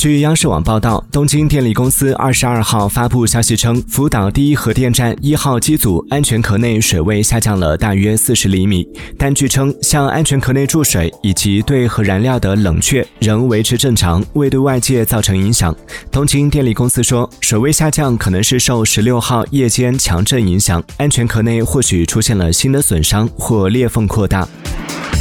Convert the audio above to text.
据央视网报道，东京电力公司22号发布消息称，福岛第一核电站1号机组安全壳内水位下降了大约40厘米，但据称向安全壳内注水以及对核燃料的冷却仍维持正常，未对外界造成影响。东京电力公司说，水位下降可能是受16号夜间强震影响，安全壳内或许出现了新的损伤或裂缝扩大。